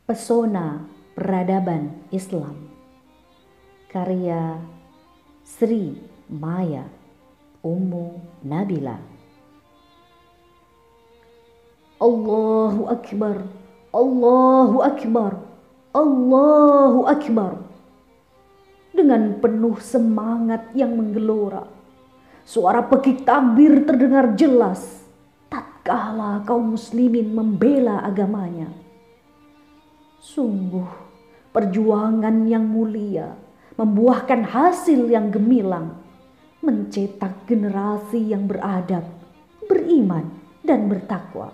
Pesona Peradaban Islam, karya Sri Maya Ummu Nabila. Allahu Akbar, Allahu Akbar, Allahu Akbar. Dengan penuh semangat yang menggelora, suara pekik takbir terdengar jelas tatkala kaum muslimin membela agamanya. Sungguh perjuangan yang mulia membuahkan hasil yang gemilang, mencetak generasi yang beradab, beriman, dan bertakwa.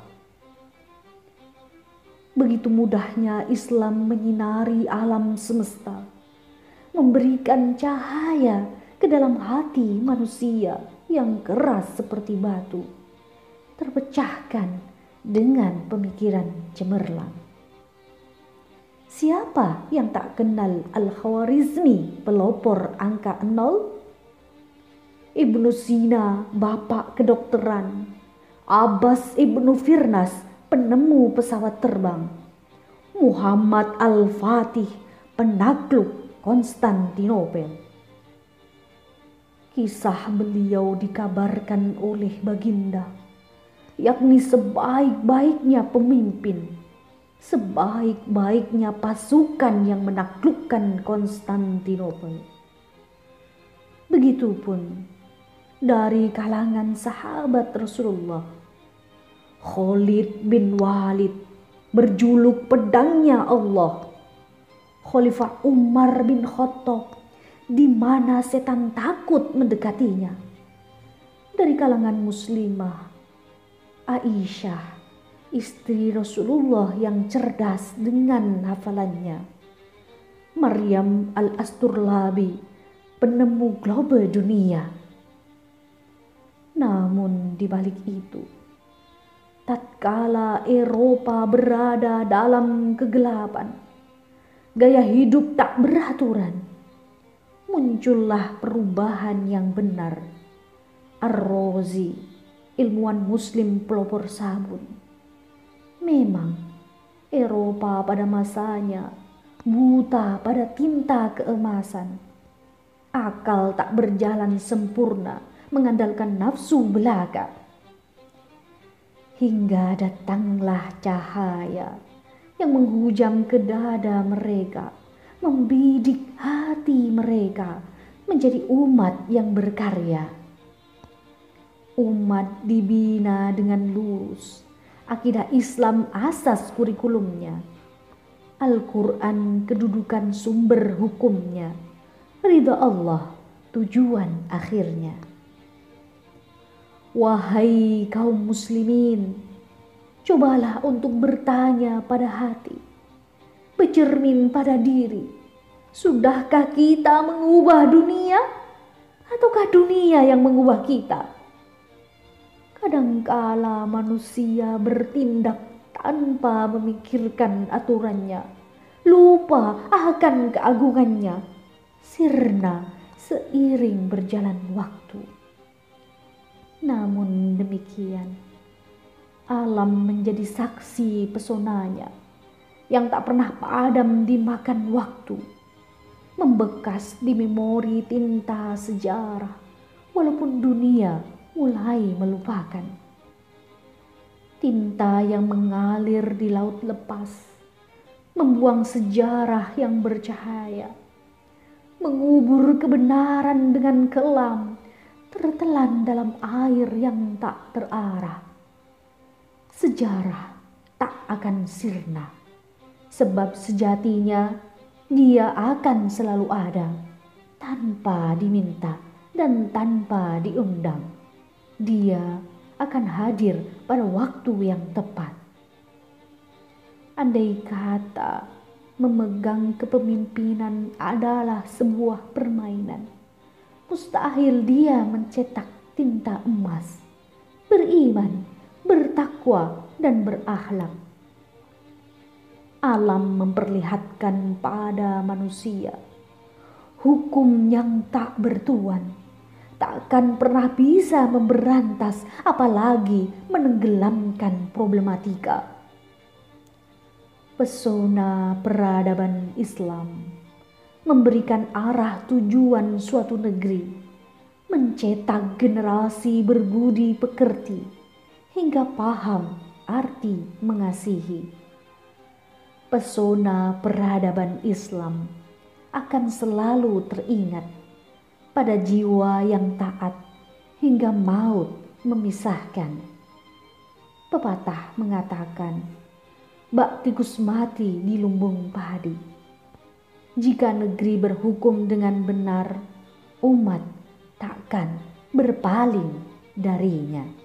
Begitu mudahnya Islam menyinari alam semesta, memberikan cahaya ke dalam hati manusia yang keras seperti batu, terpecahkan dengan pemikiran cemerlang. Siapa yang tak kenal Al-Khwarizmi, pelopor angka 0? Ibnu Sina, bapak kedokteran. Abbas Ibnu Firnas, penemu pesawat terbang. Muhammad Al-Fatih, penakluk Konstantinopel. Kisah beliau dikabarkan oleh baginda, yakni sebaik-baiknya pemimpin, sebaik-baiknya pasukan yang menaklukkan Konstantinopel. Begitupun dari kalangan sahabat Rasulullah, Khalid bin Walid berjuluk pedangnya Allah. Khalifah Umar bin Khattab, di mana setan takut mendekatinya. Dari kalangan muslimah, Aisyah, istri Rasulullah yang cerdas dengan hafalannya. Maryam Al-Asturlabi, penemu globe dunia. Namun di balik itu, tatkala Eropa berada dalam kegelapan, gaya hidup tak beraturan, muncullah perubahan yang benar. Ar-Razi, ilmuwan muslim pelopor sabun. Memang Eropa pada masanya buta pada tinta keemasan. Akal tak berjalan sempurna, mengandalkan nafsu belaka. Hingga datanglah cahaya yang menghujam ke dada mereka, membidik hati mereka menjadi umat yang berkarya. Umat dibina dengan lurus, akidah Islam asas kurikulumnya, Al-Quran kedudukan sumber hukumnya, ridha Allah tujuan akhirnya. Wahai kaum muslimin, cobalah untuk bertanya pada hati, bercermin pada diri. Sudahkah kita mengubah dunia, ataukah dunia yang mengubah kita? Kadangkala manusia bertindak tanpa memikirkan aturannya, lupa akan keagungannya, sirna seiring berjalan waktu. Namun demikian, alam menjadi saksi pesonanya yang tak pernah padam dimakan waktu, membekas di memori tinta sejarah walaupun dunia mulai melupakan. Tinta yang mengalir di laut lepas, membuang sejarah yang bercahaya, mengubur kebenaran dengan kelam, tertelan dalam air yang tak terarah. Sejarah tak akan sirna, sebab sejatinya dia akan selalu ada, tanpa diminta dan tanpa diundang. Dia akan hadir pada waktu yang tepat. Andai kata memegang kepemimpinan adalah sebuah permainan, mustahil dia mencetak tinta emas, beriman, bertakwa, dan berakhlak. Alam memperlihatkan pada manusia hukum yang tak bertuan, takkan pernah bisa memberantas, apalagi menenggelamkan problematika. Pesona peradaban Islam memberikan arah tujuan suatu negeri, mencetak generasi berbudi pekerti hingga paham arti mengasihi. Pesona peradaban Islam akan selalu teringat pada jiwa yang taat hingga maut memisahkan. Pepatah mengatakan, bak tikus mati di lumbung padi. Jika negeri berhukum dengan benar, umat takkan berpaling darinya.